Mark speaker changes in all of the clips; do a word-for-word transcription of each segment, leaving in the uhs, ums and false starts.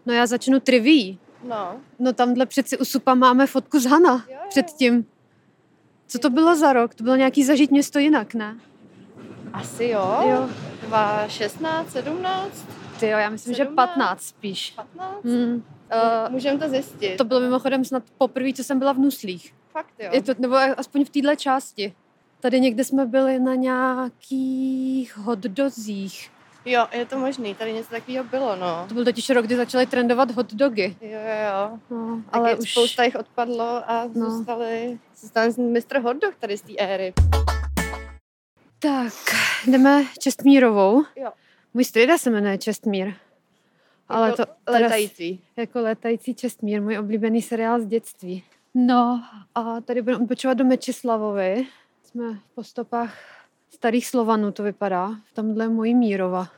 Speaker 1: No já začnu trivií.
Speaker 2: No.
Speaker 1: No tamhle přeci u supa máme fotku z Hana
Speaker 2: Jo, jo.
Speaker 1: předtím. Co to bylo za rok? To bylo nějaký Zažít město jinak, ne?
Speaker 2: Asi jo.
Speaker 1: Jo.
Speaker 2: dva tisíce šestnáct, sedmnáct,
Speaker 1: Ty jo, já myslím,
Speaker 2: sedmnáct?
Speaker 1: že patnáct spíš.
Speaker 2: patnáct.
Speaker 1: Hmm. Uh,
Speaker 2: Můžeme to zjistit.
Speaker 1: to bylo mimochodem snad poprvé, co jsem byla v Nuslích.
Speaker 2: Fakt jo.
Speaker 1: Je to, nebo aspoň v téhle části. Tady někde jsme byli na nějakých hotdozích.
Speaker 2: Jo, je to možný, tady něco takového bylo, no.
Speaker 1: To byl totiž rok, kdy začaly trendovat hotdogy.
Speaker 2: Jo, jo, jo.
Speaker 1: No,
Speaker 2: Ale
Speaker 1: ale
Speaker 2: už
Speaker 1: už...
Speaker 2: spousta jich odpadlo a
Speaker 1: No.
Speaker 2: zůstali, zůstali mistr Hotdog tady z té éry.
Speaker 1: Tak, jdeme Čestmírovou.
Speaker 2: Jo.
Speaker 1: Můj strýda se jmenuje Čestmír. Ale
Speaker 2: Jako
Speaker 1: to teda
Speaker 2: letající.
Speaker 1: jako létající Čestmír, můj oblíbený seriál z dětství. No a tady budeme odpočívat do Mečislavovy. Jsme po stopách starých Slovanů, to vypadá. Tamhle je mojí Mírova.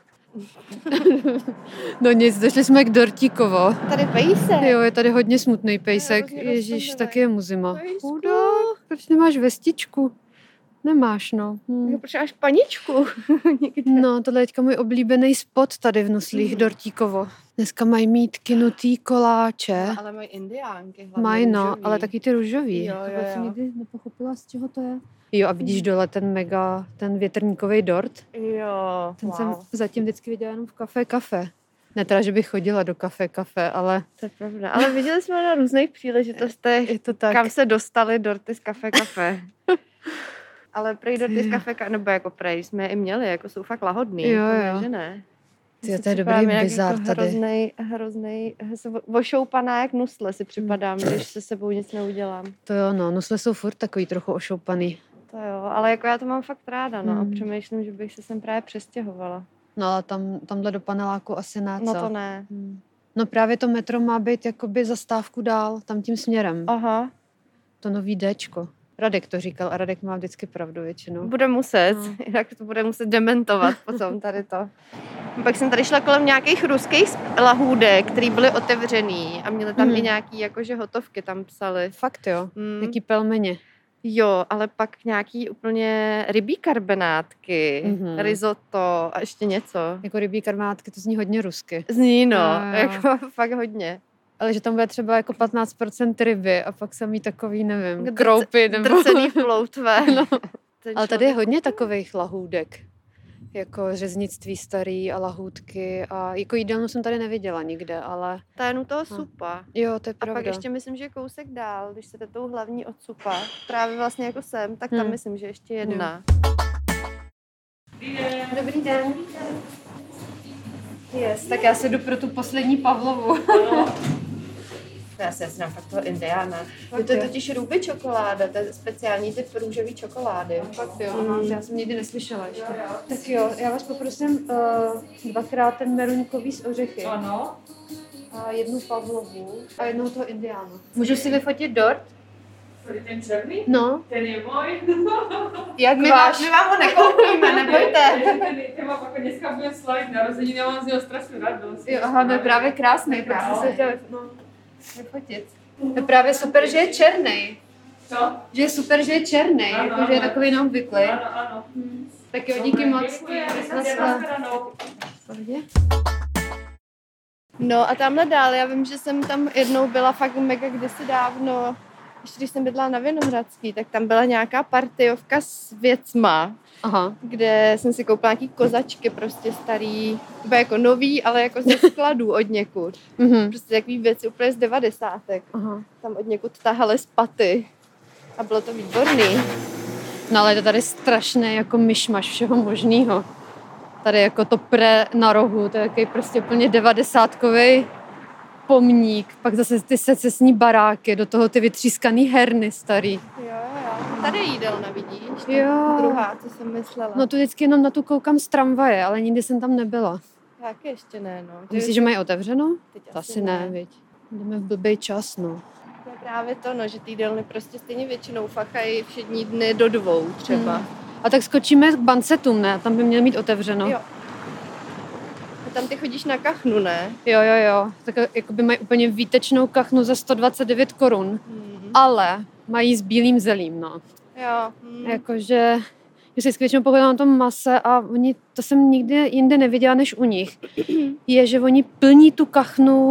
Speaker 1: No nic, došli jsme k Dortíkovo.
Speaker 2: Tady pejsek.
Speaker 1: Jo, je tady hodně smutný pejsek.
Speaker 2: hrozně
Speaker 1: Ježíš,
Speaker 2: roztomilý.
Speaker 1: taky je mu zima.
Speaker 2: Pejsku.
Speaker 1: Chudák, proč nemáš vestičku? Nemáš, no. Hm.
Speaker 2: Jo, proč máš paničku? Někde.
Speaker 1: No, tohle je teďka můj oblíbený spot tady v Nuslích,
Speaker 2: Mhm.
Speaker 1: Dortíkovo. Dneska mají mít kynutý koláče.
Speaker 2: Ale mají indiánky hlavně
Speaker 1: Mají, no,
Speaker 2: růžový.
Speaker 1: ale taky ty růžový.
Speaker 2: Jo,
Speaker 1: To
Speaker 2: jo,
Speaker 1: jsem
Speaker 2: jo.
Speaker 1: nikdy nepochopila, z čeho to je. Jo, a vidíš dole ten mega, ten větrníkový dort?
Speaker 2: Jo,
Speaker 1: Ten
Speaker 2: wow.
Speaker 1: jsem zatím vždycky viděla jenom v kafe kafe. Ne teda, že bych chodila do kafe kafe, ale
Speaker 2: To je pravda. Ale viděli jsme na různých příležitostech,
Speaker 1: je to tak.
Speaker 2: kam se dostali dorty z kafe kafe. Ale prej dorty z kafe kafe, nebo jako prej, jsme je i měli, jako jsou fakt lahodný.
Speaker 1: Jo,
Speaker 2: to ne,
Speaker 1: jo.
Speaker 2: že ne.
Speaker 1: Ty,
Speaker 2: Si
Speaker 1: to je
Speaker 2: připadám
Speaker 1: dobrý
Speaker 2: jak
Speaker 1: bizár
Speaker 2: jako
Speaker 1: tady.
Speaker 2: Hroznej, hroznej, ošoupaná jak nusle si připadám,
Speaker 1: Hmm.
Speaker 2: když se sebou nic neudělám.
Speaker 1: To jo, no, nusle jsou furt takový trochu ošoupaný.
Speaker 2: To jo, ale jako já to mám fakt ráda, no.
Speaker 1: Hmm.
Speaker 2: A přemýšlím, že bych se sem právě přestěhovala.
Speaker 1: No ale tam, tamhle do paneláku asi ne,
Speaker 2: No
Speaker 1: co?
Speaker 2: to ne.
Speaker 1: Hmm. No právě to metro má být jakoby zastávku dál, tam tím směrem.
Speaker 2: Aha,
Speaker 1: To nový Dčko. Radek to říkal a Radek má vždycky pravdu většinou.
Speaker 2: bude muset,
Speaker 1: No.
Speaker 2: jinak to bude muset dementovat potom tady to. Pak jsem tady šla kolem nějakých ruských sp- lahůdek, které byly otevřený a měly tam
Speaker 1: Mhm.
Speaker 2: i nějaký jakože hotovky tam psali.
Speaker 1: Fakt jo,
Speaker 2: Mm.
Speaker 1: jaký pelmeně.
Speaker 2: Jo, ale pak nějaký úplně rybí karbonátky,
Speaker 1: Mhm.
Speaker 2: risotto a ještě něco.
Speaker 1: Jako rybí karmátky, to zní hodně rusky.
Speaker 2: Zní no,
Speaker 1: Jo, jo.
Speaker 2: jako fakt hodně.
Speaker 1: Ale že tam bude třeba jako patnáct procent ryby a pak samý takový, nevím,
Speaker 2: Drce-
Speaker 1: kroupy nebo...
Speaker 2: Drcený ploutve.
Speaker 1: No.
Speaker 2: Ten
Speaker 1: Ale tady je
Speaker 2: člověk-
Speaker 1: hodně takových lahůdek. Jako řeznictví starý a lahůdky. A jako jídelnu jsem tady neviděla nikde, ale
Speaker 2: Ta je u toho
Speaker 1: No.
Speaker 2: supa.
Speaker 1: jo, to je
Speaker 2: A
Speaker 1: pravda.
Speaker 2: pak ještě myslím, že kousek dál, když se tou hlavní od supa, právě vlastně jako sem, tak tam
Speaker 1: Hmm.
Speaker 2: myslím, že ještě jedna.
Speaker 1: Dobrý den. Yes, tak já se jdu pro tu poslední Pavlovu.
Speaker 2: Já se znám fakt toho indiána.
Speaker 1: Fakt
Speaker 2: To je
Speaker 1: jo.
Speaker 2: totiž ruby čokoláda, to je speciální typ růžový čokolády.
Speaker 1: Fakt jo,
Speaker 2: Mm.
Speaker 1: aha, já jsem nikdy neslyšela ještě. Tak jo, já vás poprosím uh, dvakrát ten meruňkový z ořechy.
Speaker 3: Ano.
Speaker 1: A jednu Pavlovu a jednou toho indiána. Můžu si vyfotit dort?
Speaker 3: Tady ten černý?
Speaker 1: No.
Speaker 3: Ten je můj.
Speaker 1: Jak
Speaker 2: My vám, my vám ho nekoupíme, nebojte.
Speaker 3: ten, ten mám jako dneska bude slavit narozeniny, já mám z něho strašnou radost.
Speaker 1: Jo, aha, no je právě krásný,
Speaker 3: No.
Speaker 1: prostě se chtěl no, vyfotit. Je právě super, že je černý.
Speaker 3: Co?
Speaker 1: Že je super, že je černý,
Speaker 3: Ano,
Speaker 1: jako, že je
Speaker 3: ano.
Speaker 1: takový neobvyklý.
Speaker 3: Ano, ano.
Speaker 1: Tak jo, díky moc.
Speaker 3: Děkuji,
Speaker 1: Naschle.
Speaker 3: nashledanou.
Speaker 1: Pohodě.
Speaker 2: No a tamhle dál, já vím, že jsem tam jednou byla fakt mega kdysi dávno, ještě když jsem bydlela na Vinohradský, tak tam byla nějaká partyovka s věcma,
Speaker 1: Aha.
Speaker 2: kde jsem si koupila nějaký kozačky prostě starý, úplně jako nový, ale jako ze skladů od někud.
Speaker 1: Mhm.
Speaker 2: Prostě takový věci úplně z devadesátek.
Speaker 1: Aha.
Speaker 2: Tam od někud tahali z paty. A bylo to výborný.
Speaker 1: No ale je to tady strašné jako myšmaš všeho možného. Tady jako to pre na rohu, to je takový prostě úplně devadesátkový pomník. Pak zase ty secesní baráky, do toho ty vytřískaný herny starý.
Speaker 2: Jo, jo. Tady je jídelna, vidíš? Ta
Speaker 1: Jo.
Speaker 2: Druhá, co jsem myslela.
Speaker 1: No tu vždycky jenom na tu koukám z tramvaje, ale nikdy jsem tam nebyla.
Speaker 2: Tak ještě ne, no.
Speaker 1: Myslíš, že mají otevřeno?
Speaker 2: Teď
Speaker 1: To asi ne, viď. Jdeme v blbej čas, no.
Speaker 2: To je právě to, no, že ty jídelny prostě stejně většinou fachají všední dny do dvou třeba.
Speaker 1: Hmm. A tak skočíme k Bancetům, ne? Tam by měl mít otevřeno.
Speaker 2: Jo. A tam ty chodíš na kachnu, ne?
Speaker 1: Jo, jo, jo. Tak jakoby mají úplně výtečnou kachnu za sto dvacet devět korun.
Speaker 2: Hmm.
Speaker 1: Ale mají s bílým zelím, no.
Speaker 2: Jo. Hmm.
Speaker 1: Jakože, že si většinou pochopila na tom mase a oni, to jsem nikdy jinde neviděla než u nich, je, že oni plní tu kachnu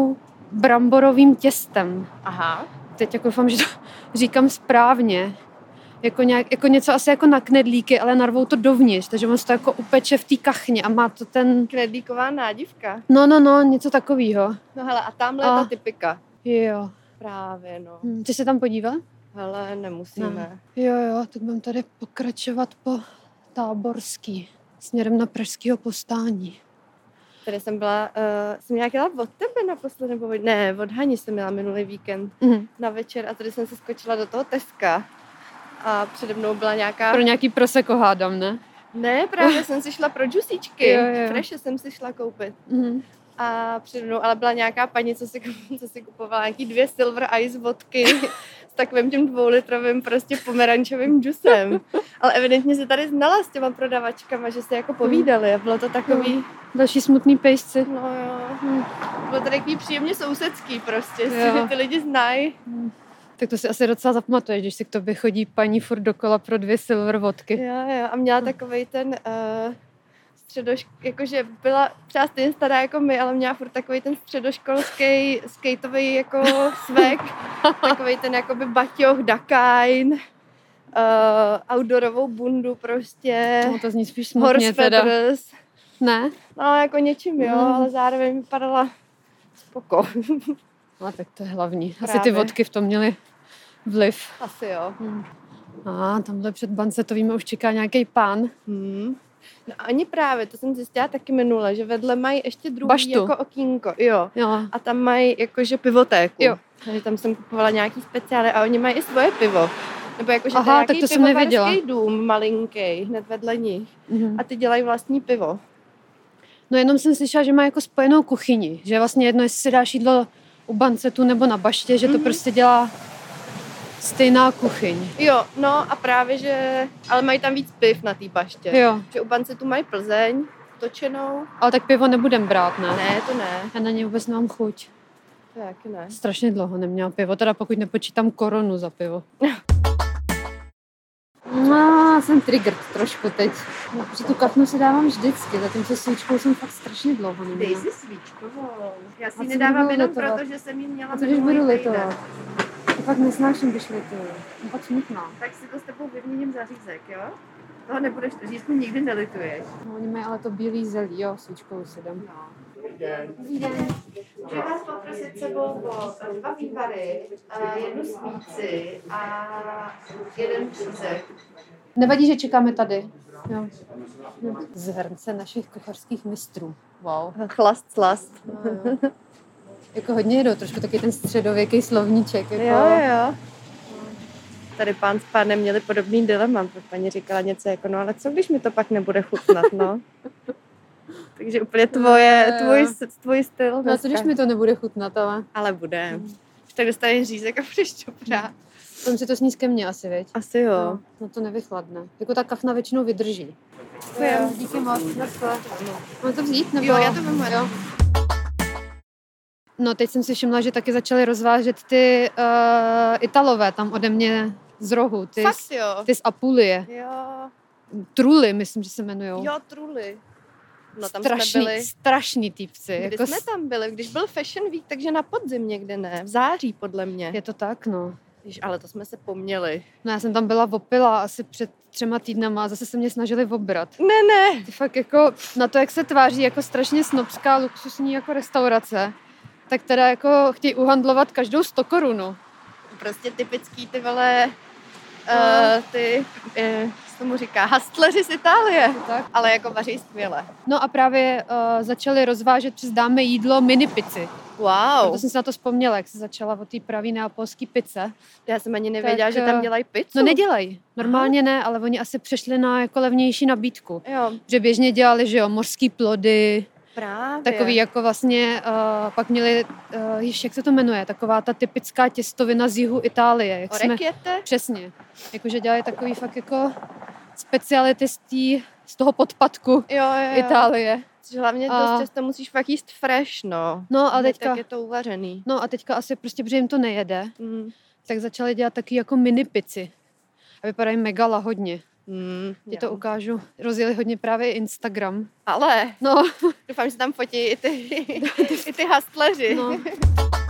Speaker 1: bramborovým těstem.
Speaker 2: Aha.
Speaker 1: Teď jako doufám, že to říkám správně. Jako, nějak, jako něco asi jako na knedlíky, ale narvou to dovnitř, takže on se to jako upeče v té kachně a má to ten...
Speaker 2: Knedlíková nádivka.
Speaker 1: No, no, no, něco takového.
Speaker 2: No hele, a tamhle
Speaker 1: A-
Speaker 2: je ta typika.
Speaker 1: Jo.
Speaker 2: Právě, no.
Speaker 1: Hm, ty se tam podíval?
Speaker 2: Hele, nemusíme.
Speaker 1: Ne. Jo, jo, tak budeme tady pokračovat po Táborský, směrem na Pražského Povstání.
Speaker 2: Tady jsem byla, uh, jsem nějak jela od tebe naposled, nebo od, ne, od Hani jsem měla minulý víkend
Speaker 1: Mhm.
Speaker 2: na večer a tady jsem se skočila do toho Teska a přede mnou byla nějaká...
Speaker 1: Pro nějaký proseko hádám, ne?
Speaker 2: Ne, právě jsem si šla pro džusíčky.
Speaker 1: Jo, jo.
Speaker 2: Freše jsem si šla koupit.
Speaker 1: Mhm.
Speaker 2: A přede mnou ale byla nějaká paní, co si, co si kupovala nějaký dvě Silver Ice vodky s takovým tím dvoulitrovým prostě pomerančovým džusem. Ale evidentně se tady znala s těma prodavačkama, že se jako povídali a bylo to takový...
Speaker 1: Další smutný pejsci.
Speaker 2: No jo, hm. Bylo to takový příjemně sousedský prostě,
Speaker 1: Jo.
Speaker 2: že ty lidi znají.
Speaker 1: Tak to si asi docela zapamatuješ, když si k tobě chodí paní furt dokola pro dvě silver vodky.
Speaker 2: Jo, jo, a měla takovej ten uh, středoš... jakože byla třeba stejně stará jako my, ale měla furt takovej ten středoškolský skateový jako svek, takovej ten jakoby baťoh, Dakain, uh, outdoorovou bundu prostě,
Speaker 1: No, to zní spíš smutně
Speaker 2: horse
Speaker 1: teda.
Speaker 2: feathers.
Speaker 1: Ne?
Speaker 2: No jako něčím, jo,
Speaker 1: Mm.
Speaker 2: ale zároveň vypadala spoko.
Speaker 1: No tak to je hlavní. Asi
Speaker 2: Právě.
Speaker 1: ty vodky v tom měly vliv.
Speaker 2: Asi jo.
Speaker 1: A tamhle před bancetovými už čeká nějaký pán.
Speaker 2: Hmm. No ani právě, to jsem zjistila taky minule, že vedle mají ještě druhý
Speaker 1: Baštu.
Speaker 2: jako okýnko, jo.
Speaker 1: Jo.
Speaker 2: A tam mají jakože pivotéku.
Speaker 1: Jo.
Speaker 2: Takže tam jsem kupovala nějaký speciály a oni mají i svoje pivo. Nebo jakože
Speaker 1: Aha,
Speaker 2: to je
Speaker 1: tak
Speaker 2: nějaký
Speaker 1: to jsem nevěděla.
Speaker 2: pivovarský dům malinký, hned vedle nich.
Speaker 1: Mhm.
Speaker 2: A ty dělají vlastní pivo.
Speaker 1: No jenom jsem slyšela, že má jako spojenou kuchyni. Že vlastně jedno, jestli si dáš jídlo u bancetu nebo na baště, že to
Speaker 2: Mhm.
Speaker 1: prostě dělá stejná kuchyň.
Speaker 2: Jo, no a právě, že... Ale mají tam víc piv na té baště.
Speaker 1: Jo,
Speaker 2: Že u Bancetu mají Plzeň, točenou.
Speaker 1: ale tak pivo nebudem brát, ne?
Speaker 2: Ne, to ne.
Speaker 1: Já na něj vůbec nemám chuť.
Speaker 2: To taky ne.
Speaker 1: Strašně dlouho neměla pivo, teda pokud nepočítám korunu za pivo. No, jsem triggered trošku teď. No, protože tu kafnu si dávám vždycky, zatímco svíčkou jsem fakt strašně dlouho
Speaker 2: Dej
Speaker 1: neměla.
Speaker 2: si svíčkovou. Já si
Speaker 1: A
Speaker 2: ji
Speaker 1: co
Speaker 2: nedávám
Speaker 1: budu
Speaker 2: jenom
Speaker 1: litovat?
Speaker 2: proto, že jsem ji měla
Speaker 1: A co když
Speaker 2: minulý
Speaker 1: budu
Speaker 2: týden.
Speaker 1: litovat? To fakt nesnáším, když lituju. Jsem fakt smutná.
Speaker 2: Tak si to s tebou vyměním za řízek, jo? Toho nebudeš, řízku nikdy nelituješ.
Speaker 1: No, oni mají ale to bílý zelí, jo, svíčkou si dám.
Speaker 2: No. Dobrý den. Můžu vás poprosit sebou o dva vývary, eh, jednu svíci a jeden přízek.
Speaker 1: Nevadí, že čekáme tady. Jo. Z hrnce našich kuchařských mistrů. Wow.
Speaker 2: Chlast, slast.
Speaker 1: Jako hodně jedou, trošku taky ten středověký slovníček. Jako...
Speaker 2: Jo, jo, jo. Tady pán s pánem měli podobný dilema. Paní říkala něco jako, no ale co když mi to pak nebude chutnat, no? Takže úplně tvoje, tvůj, tvůj styl.
Speaker 1: No a
Speaker 2: dneska.
Speaker 1: co když mi to nebude chutnat, ale
Speaker 2: Ale bude. Už tak dostaneš řízek a budeš to brát.
Speaker 1: tom si to sníz ke mně asi, viď?
Speaker 2: Asi jo.
Speaker 1: No, no to nevychladne. Jako ta kachna většinou vydrží.
Speaker 2: Jo.
Speaker 1: Díky moc. Mám to vzít? Nebo...
Speaker 2: Jo, já to vemu.
Speaker 1: Jo. No teď jsem si všimla, že taky začali rozvážet ty uh, Italové tam ode mě z rohu. Ty,
Speaker 2: Fakt
Speaker 1: z,
Speaker 2: jo.
Speaker 1: ty z Apulie.
Speaker 2: Jo.
Speaker 1: Truly, myslím, že se jmenujou.
Speaker 2: Jo, truly. No tam
Speaker 1: strašný,
Speaker 2: jsme byli.
Speaker 1: strašný týpci.
Speaker 2: Kdy
Speaker 1: Jako
Speaker 2: jsme
Speaker 1: s-
Speaker 2: tam byli? Když byl Fashion Week, takže na podzim někde ne. V září podle mě.
Speaker 1: Je to tak, no.
Speaker 2: Jež, ale to jsme se poměli.
Speaker 1: No já jsem tam byla opila asi před třema týdnama a zase se mě snažili obrat.
Speaker 2: Ne, ne.
Speaker 1: Ty fakt jako na to, jak se tváří jako strašně snobská, luxusní jako restaurace, tak teda jako chtějí uhandlovat každou sto korunu.
Speaker 2: Prostě typický ty vole,
Speaker 1: No.
Speaker 2: uh, ty, uh, co tomu říká, hustleři z Itálie.
Speaker 1: Tak.
Speaker 2: Ale jako vaří skvěle.
Speaker 1: No a právě uh, začali rozvážet přes dáme jídlo mini pici.
Speaker 2: Wow.
Speaker 1: To jsem si na to vzpomněla, jak se začala o té pravý neapolský pice.
Speaker 2: Já jsem ani nevěděla,
Speaker 1: Tak,
Speaker 2: že tam
Speaker 1: eh,
Speaker 2: dělají pizzu.
Speaker 1: No nedělají, normálně ne, ale oni asi přešli na jako levnější nabídku.
Speaker 2: Jo,
Speaker 1: Že běžně dělali, že jo, mořský plody,
Speaker 2: právě.
Speaker 1: takový jako vlastně, uh, pak měli, uh, již, jak se to jmenuje, taková ta typická těstovina z jihu Itálie. Jak jsme,
Speaker 2: Orecchiette?
Speaker 1: přesně, jakože dělají takový fakt jako speciality z, tý, z toho podpadku
Speaker 2: Jo, jo, jo.
Speaker 1: Itálie.
Speaker 2: Což hlavně
Speaker 1: A-
Speaker 2: dost často musíš fakt jíst fresh, no.
Speaker 1: No a
Speaker 2: Hned
Speaker 1: teďka,
Speaker 2: jak je to uvařený.
Speaker 1: no a teďka asi prostě, protože jim to nejede,
Speaker 2: Mm.
Speaker 1: tak začali dělat taky jako mini pici. A vypadají mega lahodně.
Speaker 2: Mm,
Speaker 1: Ti to
Speaker 2: jo.
Speaker 1: ukážu. Rozjeli hodně právě Instagram.
Speaker 2: Ale
Speaker 1: No,
Speaker 2: doufám, že tam fotí i ty, i ty hustleři.
Speaker 1: no.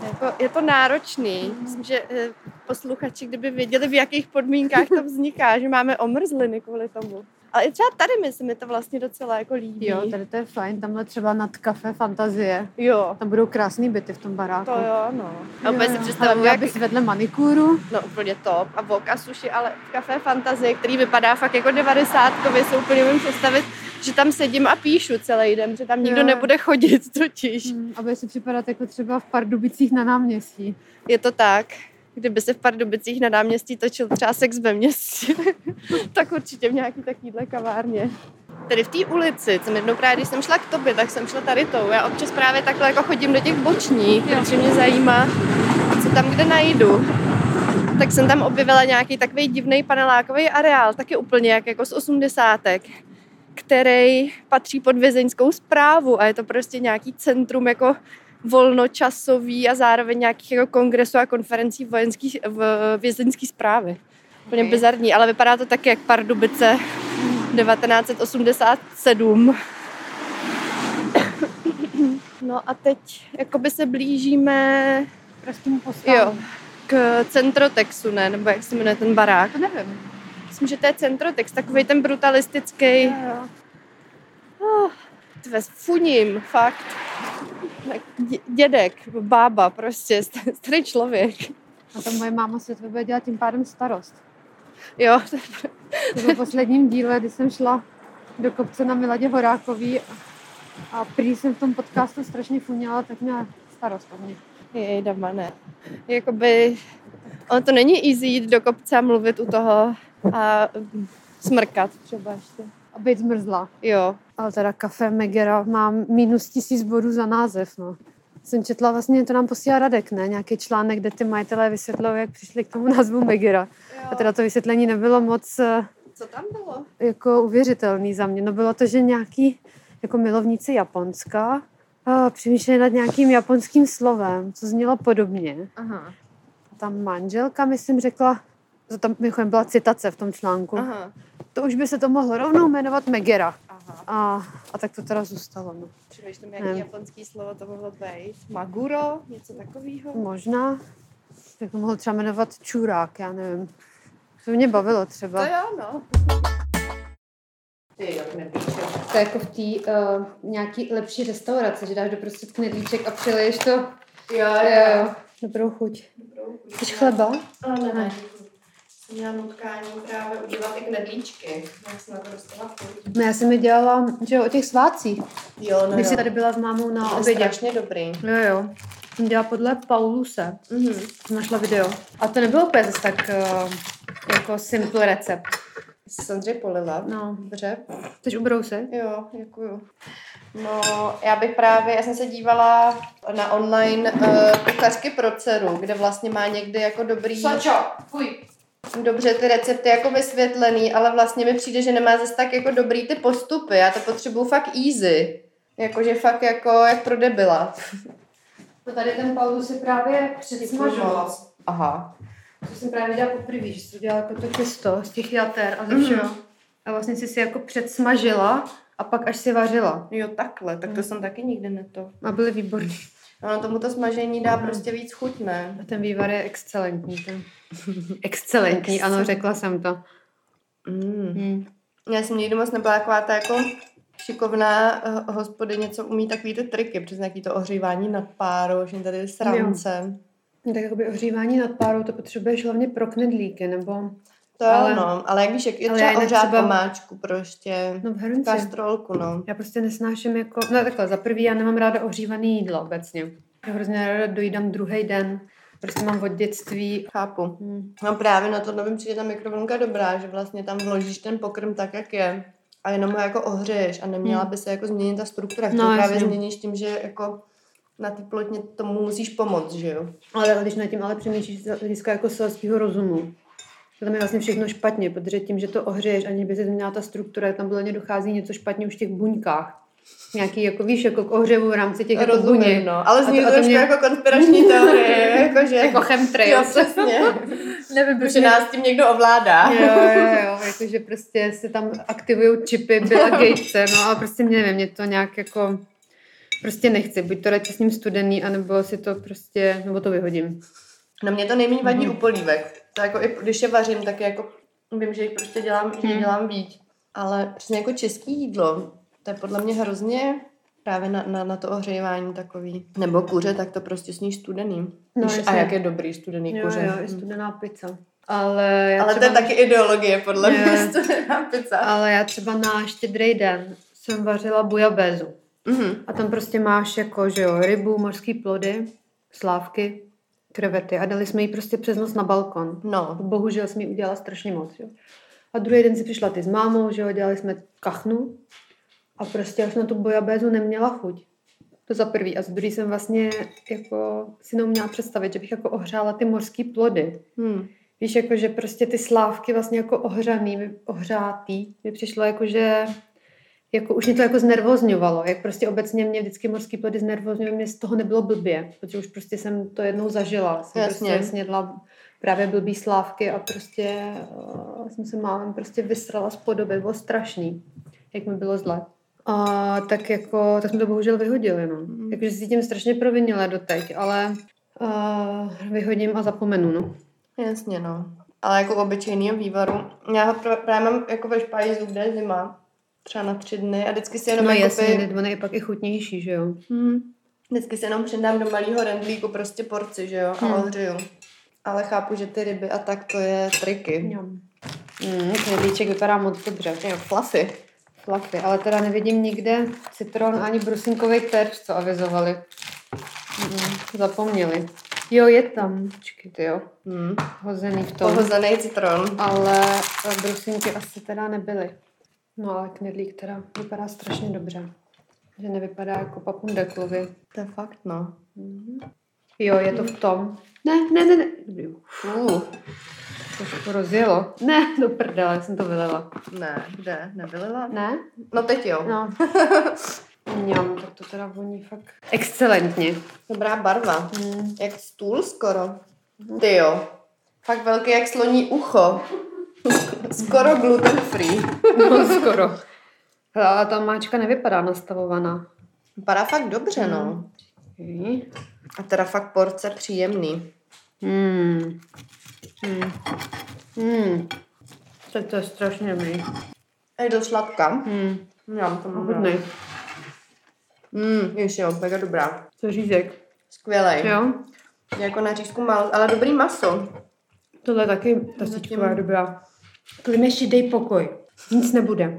Speaker 2: Jako, je to náročný. Myslím, že eh, posluchači, kdyby věděli, v jakých podmínkách to vzniká, že máme omrzliny kvůli tomu. Ale i třeba tady mi se mi to vlastně docela jako líbí.
Speaker 1: Jo, tady to je fajn, tamhle třeba nad kafe Fantazie.
Speaker 2: Jo.
Speaker 1: Tam budou krásný byty v tom baráku.
Speaker 2: To jo, no. A úplně si představuji,
Speaker 1: Hlavně,
Speaker 2: jak...
Speaker 1: aby si vedle manikúru.
Speaker 2: No úplně top. A wok a sushi, ale v Café Fantazie, který vypadá fakt jako devadesátkově, se úplně můžu představit, že tam sedím a píšu celý den, že tam nikdo
Speaker 1: Jo.
Speaker 2: nebude chodit totiž.
Speaker 1: Hmm, aby si připadat jako třeba v Pardubicích na náměstí.
Speaker 2: Je to tak. Kdyby se v Pardubicích na náměstí točil třeba Sex ve městě, tak určitě v nějaký takovýhle kavárně. Tady v té ulici, co jednou právě, když jsem šla k tobě, tak jsem šla tady tou. Já občas právě takhle jako chodím do těch bočních, protože mě zajímá, co tam kde najdu. Tak jsem tam objevila nějaký takový divný panelákový areál, taky úplně jak jako z osmdesátek, který patří pod vězeňskou správu a je to prostě nějaký centrum jako volnočasový a zároveň nějakých jako kongresů a konferencí vojenský, v vězeňské správy. Úplně
Speaker 1: Okay.
Speaker 2: bizarní, ale vypadá to taky jak Pardubice devatenáct osmdesát sedm. No a teď jakoby se blížíme
Speaker 1: Pražskému postávu.
Speaker 2: jo, k Centrotexu, ne? Nebo jak se jmenuje ten barák?
Speaker 1: To nevím.
Speaker 2: Myslím, že to je Centrotex, takový ten brutalistický.
Speaker 1: Jo, jo.
Speaker 2: Oh, tve, funím, fakt. Dě- dědek, bába, prostě, st- starý člověk.
Speaker 1: A ta moje máma si to bude dělat tím pádem starost.
Speaker 2: Jo,
Speaker 1: To bylo v posledním díle, kdy jsem šla do kopce na Miladě Horákový a prý jsem v tom podcastu strašně funěla, tak měla starost o mě.
Speaker 2: jej, dama, ne. Jakoby, ono to není easy jít do kopce a mluvit u toho a mm, smrkat třeba ještě.
Speaker 1: A být zmrzla.
Speaker 2: Jo,
Speaker 1: Ale teda Café Megera má minus tisíc bodů za název, no. Jsem četla, vlastně to nám posílá Radek, ne? Nějaký článek, kde ty majitelé vysvětlují, jak přišli k tomu názvu Megera. A teda to vysvětlení nebylo moc eh,
Speaker 2: co tam bylo?
Speaker 1: jako uvěřitelný za mě. No bylo to, že nějaký jako milovníci Japonska a přemýšleli nad nějakým japonským slovem, co znělo podobně.
Speaker 2: Aha,
Speaker 1: A ta manželka, myslím, řekla, to tam mimochodem byla citace v tom článku,
Speaker 2: aha,
Speaker 1: to už by se to mohlo rovnou jmenovat Megera.
Speaker 2: aha.
Speaker 1: A, a tak to teda zůstalo, no.
Speaker 2: Přemýšlím, jaký
Speaker 1: Ne.
Speaker 2: japonský slovo to mohlo být. Maguro, něco takového?
Speaker 1: Možná, tak to mohlo třeba jmenovat čurák, já nevím. To mě bavilo
Speaker 2: To
Speaker 1: třeba.
Speaker 2: jo, no.
Speaker 1: Ty jo, knedlíček. To je jako v té uh, nějaký lepší restauraci, že dáš do prostě knedlíček a přileješ to.
Speaker 2: Jo,
Speaker 1: Jo, dobrou chuť. Chceš chleba?
Speaker 2: Ale ne, ne. Jsem měla nutkání právě udělat i knedlíčky. Jak jsem na to dostala chuť.
Speaker 1: No já jsem je dělala, že jo, o těch svátcích.
Speaker 2: Jo, no
Speaker 1: Když
Speaker 2: jo.
Speaker 1: jsi tady byla s mámou na
Speaker 2: To je
Speaker 1: obědě.
Speaker 2: strašně dobrý.
Speaker 1: Jo, jo. Jsem dělala podle Pauluse.
Speaker 2: Mhm.
Speaker 1: Jsem našla video. A to nebylo úplně zase tak uh, jako simple recept.
Speaker 2: Jsi se Ondřej polila.
Speaker 1: No.
Speaker 2: Dobře.
Speaker 1: Chceš ubrousy?
Speaker 2: Jo, děkuju. No, já bych právě, já jsem se dívala na online uh, kuchařky pro dceru, kde vlastně má někdy jako dobrý...
Speaker 1: Sačo, fuj.
Speaker 2: Dobře ty recepty jako vysvětlený, ale vlastně mi přijde, že nemá zase tak jako dobrý ty postupy. Já to potřebuju fakt easy. Jakože fakt jako jak pro debila.
Speaker 1: No tady ten Paulus je právě předsmažoval.
Speaker 2: Aha.
Speaker 1: To jsem právě dělala poprvé, že jsi to dělala jako to těsto z těch jater a ze všeho. A vlastně jsi si jako předsmažila a pak až si vařila.
Speaker 2: Jo, takhle, tak to jsem taky nikdy neto.
Speaker 1: A byly výborný.
Speaker 2: Ono tomu to smažení dá prostě víc chuť, ne?
Speaker 1: A ten vývar je excelentní. Ten. Excelentní, ano, řekla jsem to.
Speaker 2: Mm.
Speaker 1: Hmm.
Speaker 2: Já jsem někdy moc nebyla taková ta jako šikovná uh, hospodyně, co umí takový ty triky, přes nějaký to ohřívání nad párou, že tady srance.
Speaker 1: Tak jakoby ohřívání nad párou to potřebuješ hlavně pro knedlíky, nebo...
Speaker 2: To
Speaker 1: Ale-
Speaker 2: ano, ale jak víš, jak je
Speaker 1: ale já
Speaker 2: třeba
Speaker 1: jinak
Speaker 2: ohřát
Speaker 1: třeba-
Speaker 2: pomáčku prostě,
Speaker 1: No v hrnci.
Speaker 2: kastrolku, no.
Speaker 1: Já prostě nesnáším jako... No takhle, za prvý já nemám ráda ohřívané jídlo obecně. Já hrozně ráda dojídám druhý den. Prostě mám od dětství...
Speaker 2: Chápu.
Speaker 1: Hmm.
Speaker 2: No právě na to mi přijde ta mikrovlnka dobrá, že vlastně tam vložíš ten pokrm tak, jak je a jenom ho jako ohřeješ a neměla by se jako změnit ta struktura, kterou
Speaker 1: No,
Speaker 2: právě
Speaker 1: jasně.
Speaker 2: změníš tím, že jako na té plotně tomu musíš pomoct, že jo?
Speaker 1: Ale když nad tím ale přemýšlíš z hlediska jako selského rozumu, to tam je vlastně všechno špatně, protože tím, že to ohřeješ, ani by se změnila ta struktura, tam podle mě dochází něco špatně už v těch buňkách. Nějaký, jako víš, jako k ohřevu v rámci těch jako
Speaker 2: Rozumím,
Speaker 1: buněk.
Speaker 2: no. Ale
Speaker 1: A
Speaker 2: zní
Speaker 1: to-
Speaker 2: to
Speaker 1: a to
Speaker 2: trošku
Speaker 1: mě-
Speaker 2: jako konspirační teorie, jakože...
Speaker 1: Jako
Speaker 2: Jo,
Speaker 1: chemtrails.
Speaker 2: přesně.
Speaker 1: Nevím,
Speaker 2: Protože nás tím někdo ovládá.
Speaker 1: Jo, jo, jo, jakože prostě se tam aktivují čipy Billa Gatese, no a prostě mě nevím, mě to nějak jako Prostě nechci, buď to radši s ním studený, anebo si to prostě, nebo to vyhodím.
Speaker 2: No mě to nejméně vadí
Speaker 1: Mhm.
Speaker 2: u polívek. To jako i když je vařím, tak jako vím, že jich prostě dělám, že jich
Speaker 1: Mhm.
Speaker 2: dělám víc. Ale přesně jako české jídlo, to je podle mě hrozně právě na, na, na to ohřejvání takový. Nebo kuře, tak to prostě sníš studený.
Speaker 1: No,
Speaker 2: Víš, a
Speaker 1: jasně.
Speaker 2: jak je dobrý studený
Speaker 1: Jo,
Speaker 2: kuře.
Speaker 1: jo, i studená pizza. Ale já
Speaker 2: Ale to
Speaker 1: třeba
Speaker 2: je taky ideologie, podle
Speaker 1: Je.
Speaker 2: mě, studená pizza.
Speaker 1: Ale já třeba na štědrý den jsem vařila bujabézu.
Speaker 2: Mhm.
Speaker 1: A tam prostě máš jako, že jo, rybu, mořský plody, slávky, krevety a dali jsme jí prostě přes noc na balkon.
Speaker 2: No.
Speaker 1: Bohužel jsem jí udělala strašně moc, jo. A druhý den si přišla ty s mámou, že jo, dělali jsme kachnu a prostě až na tu bojabézu neměla chuť. To za prvý. A za druhý jsem vlastně jako si neuměla představit, že bych jako ohřála ty mořský plody.
Speaker 2: Hmm.
Speaker 1: Víš, jako, že prostě ty slávky vlastně jako ohřaný, ohřátý, mi přišlo jako, že jako už mě to jako znervozňovalo, jak prostě obecně mě vždycky mořský plody znervozňují, mě z toho nebylo blbě, protože už prostě jsem to jednou zažila. Jsem
Speaker 2: Jasně.
Speaker 1: prostě snědla právě blbý slávky a prostě uh, jsem se málem prostě vysrala z podoby, bylo strašný, jak mi bylo zle. A tak jako, tak jsme to bohužel vyhodili, no.
Speaker 2: Mm.
Speaker 1: Takže si tím strašně provinila doteď, ale uh, vyhodím a zapomenu, no.
Speaker 2: Jasně, no. Ale jako u obyčejného vývaru. Já ho pr- právě mám jako ve špajzu, kde je zima. Třeba na tři dny a vždycky si jenom
Speaker 1: No
Speaker 2: jako
Speaker 1: jasně, on je pak i chutnější, že jo.
Speaker 2: Hmm. Vždycky se jenom přidám do malého rendlíku prostě porci, že jo, a
Speaker 1: Hmm.
Speaker 2: ohřeju. Ale chápu, že ty ryby a tak to je triky.
Speaker 1: Jo. Mm, knedlíček vypadá moc dobře.
Speaker 2: Jo, fluffy.
Speaker 1: Fluffy, ale teda nevidím nikde citron ani brusinkový terč, co avizovali. Mm, zapomněli. Jo, je tam. Počkejte, jo.
Speaker 2: Hmm.
Speaker 1: Hozený v tom.
Speaker 2: Pohozený citron.
Speaker 1: Ale eh, brusinky asi teda nebyly. No ale knedlík teda vypadá strašně dobře. Že nevypadá jako papundeklovi.
Speaker 2: To je fakt, no.
Speaker 1: Jo, je to v tom. Ne, ne, ne, ne. Dobrý.
Speaker 2: Uh,
Speaker 1: To rozjelo. Ne, do prdele, jsem to vylila.
Speaker 2: ne, kde? Nevylila?
Speaker 1: Ne?
Speaker 2: No teď jo.
Speaker 1: No. Mňam, tak to teda voní fakt excelentně.
Speaker 2: Dobrá barva.
Speaker 1: Mm.
Speaker 2: Jak stůl skoro. Ty jo. Fakt velký jak sloní ucho. Skoro gluten free.
Speaker 1: No, skoro. Hele, ale ta máčka nevypadá nastavovaná.
Speaker 2: Vypadá fakt dobře, no.
Speaker 1: Okay.
Speaker 2: A teda fakt porce příjemný.
Speaker 1: Mm. Mm. Mm. Tak to je strašně dobrý.
Speaker 2: A je dost sladká.
Speaker 1: Mm.
Speaker 2: Já to mám rád.
Speaker 1: Hodnej.
Speaker 2: Mm, ještě jo, mega dobrá.
Speaker 1: Co řízek?
Speaker 2: Skvělej.
Speaker 1: Jo?
Speaker 2: Jako na řízku málo, ale dobrý maso.
Speaker 1: Tohle je taky tastičková dobrá. Klimeši, dej pokoj. Nic nebude.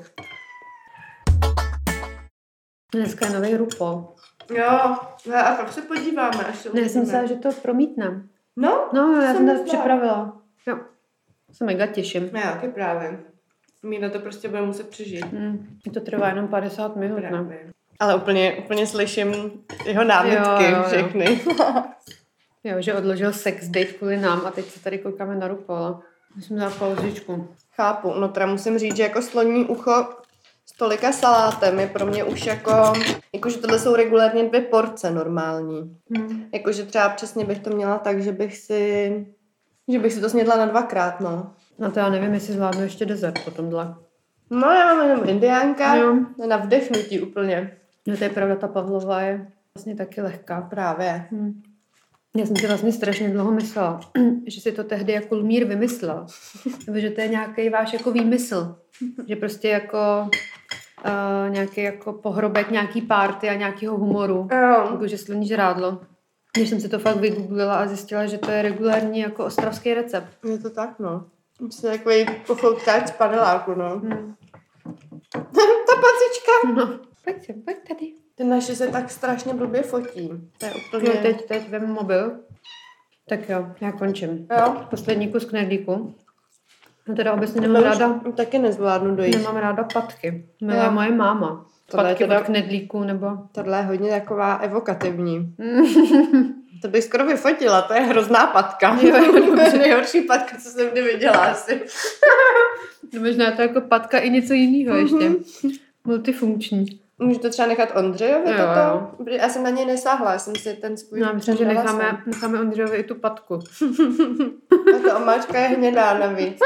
Speaker 1: Dneska je nový RuPaul.
Speaker 2: Jo, a pak se podíváme, až se
Speaker 1: Ne, já jsem myslela, že to promítnem.
Speaker 2: No,
Speaker 1: No, já
Speaker 2: Jsem
Speaker 1: jsem to
Speaker 2: myslela.
Speaker 1: připravila. Jo. Se mega těším.
Speaker 2: já taky právě. Míra to prostě bude muset přežít.
Speaker 1: Mm. To trvá jenom padesát minut, ne?
Speaker 2: Právě. Ale úplně, úplně slyším jeho námitky
Speaker 1: Jo, jo, jo.
Speaker 2: všechny.
Speaker 1: Jo, že odložil sex date kvůli nám a teď se tady koukáme na RuPaula. Musím dát pauzičku.
Speaker 2: Chápu, no teda musím říct, že jako sloní ucho s tolika salátem je pro mě už jako, jakože tohle jsou regulárně dvě porce normální.
Speaker 1: Hmm.
Speaker 2: Jakože třeba přesně bych to měla tak, že bych si, že bych si to snědla na dvakrát, no.
Speaker 1: No to já nevím, jestli zvládnu ještě dezert po tomhle.
Speaker 2: No já mám jenom indiánka,
Speaker 1: Jo.
Speaker 2: na vdechnutí úplně.
Speaker 1: No to je pravda, ta pavlova je vlastně taky lehká.
Speaker 2: Právě.
Speaker 1: Hmm. Já jsem si vlastně strašně dlouho myslela, že si to tehdy jako Lumír vymyslel. Nebo že to je nějaký váš jako výmysl. Že prostě jako uh, nějaký jako pohrobek nějaký party a nějakého humoru.
Speaker 2: Jo.
Speaker 1: Jako, že sloní žrádlo. Když jsem si to fakt vygooglila a zjistila, že to je regulární jako ostravský recept.
Speaker 2: Je to tak, no. Myslím, takový pochoutkáč z paneláku, no.
Speaker 1: Hmm.
Speaker 2: Ta pacička.
Speaker 1: No, pojď sem, pojď tady.
Speaker 2: Ty naše se tak strašně blbě fotí. To je úplně...
Speaker 1: No, teď, teď vem mobil. Tak jo, já končím.
Speaker 2: Jo.
Speaker 1: Poslední kus knedlíku. No teda obecně
Speaker 2: To
Speaker 1: nemám
Speaker 2: už
Speaker 1: ráda,
Speaker 2: taky nezvládnu dojít.
Speaker 1: nemám ráda patky. Milá
Speaker 2: Jo.
Speaker 1: moje máma. Tohle je
Speaker 2: Patky
Speaker 1: to od
Speaker 2: do-
Speaker 1: knedlíku, nebo...
Speaker 2: Tohle je hodně taková evokativní. To bych skoro vyfotila, to je hrozná patka.
Speaker 1: Jo, jo,
Speaker 2: To je nejhorší patka, co jsem kdy viděla asi.
Speaker 1: No, možná to jako patka i něco jiného ještě. Multifunkční.
Speaker 2: Můžu to třeba nechat Ondřejovi
Speaker 1: Jo,
Speaker 2: toto?
Speaker 1: jo.
Speaker 2: Protože já jsem na něj nesáhla, já jsem si ten svůj...
Speaker 1: No, myslím, že
Speaker 2: dala
Speaker 1: necháme,
Speaker 2: sem.
Speaker 1: necháme Ondřejovi i tu patku.
Speaker 2: A ta omáčka je hnědá navíc.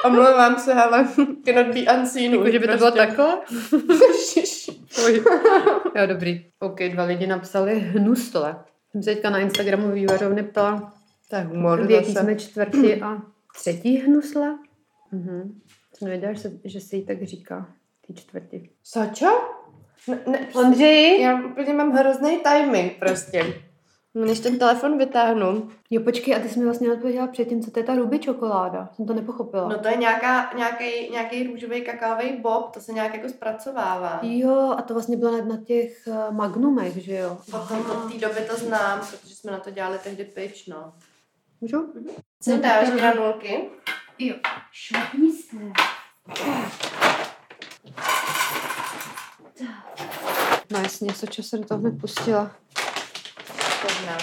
Speaker 2: Omlouvám se, ale cannot be unseen.
Speaker 1: Jako, že by to bylo
Speaker 2: prostě.
Speaker 1: takhle? Oj. Jo, dobrý. OK, dva lidi napsali hnusle. Jsem se teďka na Instagramu vývařovny ptala,
Speaker 2: To je humor
Speaker 1: v jaký
Speaker 2: zase.
Speaker 1: jsme čtvrtí a třetí hnusle. Mhm. Jsem nevěděla, že se, že se jí tak říká. Tý čtvrtí.
Speaker 2: Sačo? Ne, ne,
Speaker 1: Ondřej?
Speaker 2: já úplně mám hrozný timing prostě. Než ten telefon vytáhnu.
Speaker 1: Jo, počkej, a ty jsi mi vlastně odpověděla předtím, co to je ta ruby čokoláda. Jsem to nepochopila.
Speaker 2: No to je nějaká, nějaký, nějaký růžový kakaový bob, to se nějak jako zpracovává.
Speaker 1: Jo, a to vlastně bylo na, na těch uh, magnumech, že jo?
Speaker 2: Potom od té doby to znám, protože jsme na to dělali tehdy pitch, no.
Speaker 1: Můžu?
Speaker 2: Co dáš granulky?
Speaker 1: Jo, šlapni se. No jasně, Soča se do toho hned pustila.
Speaker 2: To znám.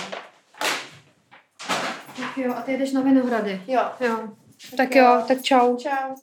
Speaker 1: Tak jo, a ty jdeš na Vinohrady.
Speaker 2: Jo.
Speaker 1: Jo. Tak jo, tak čau.
Speaker 2: Čau.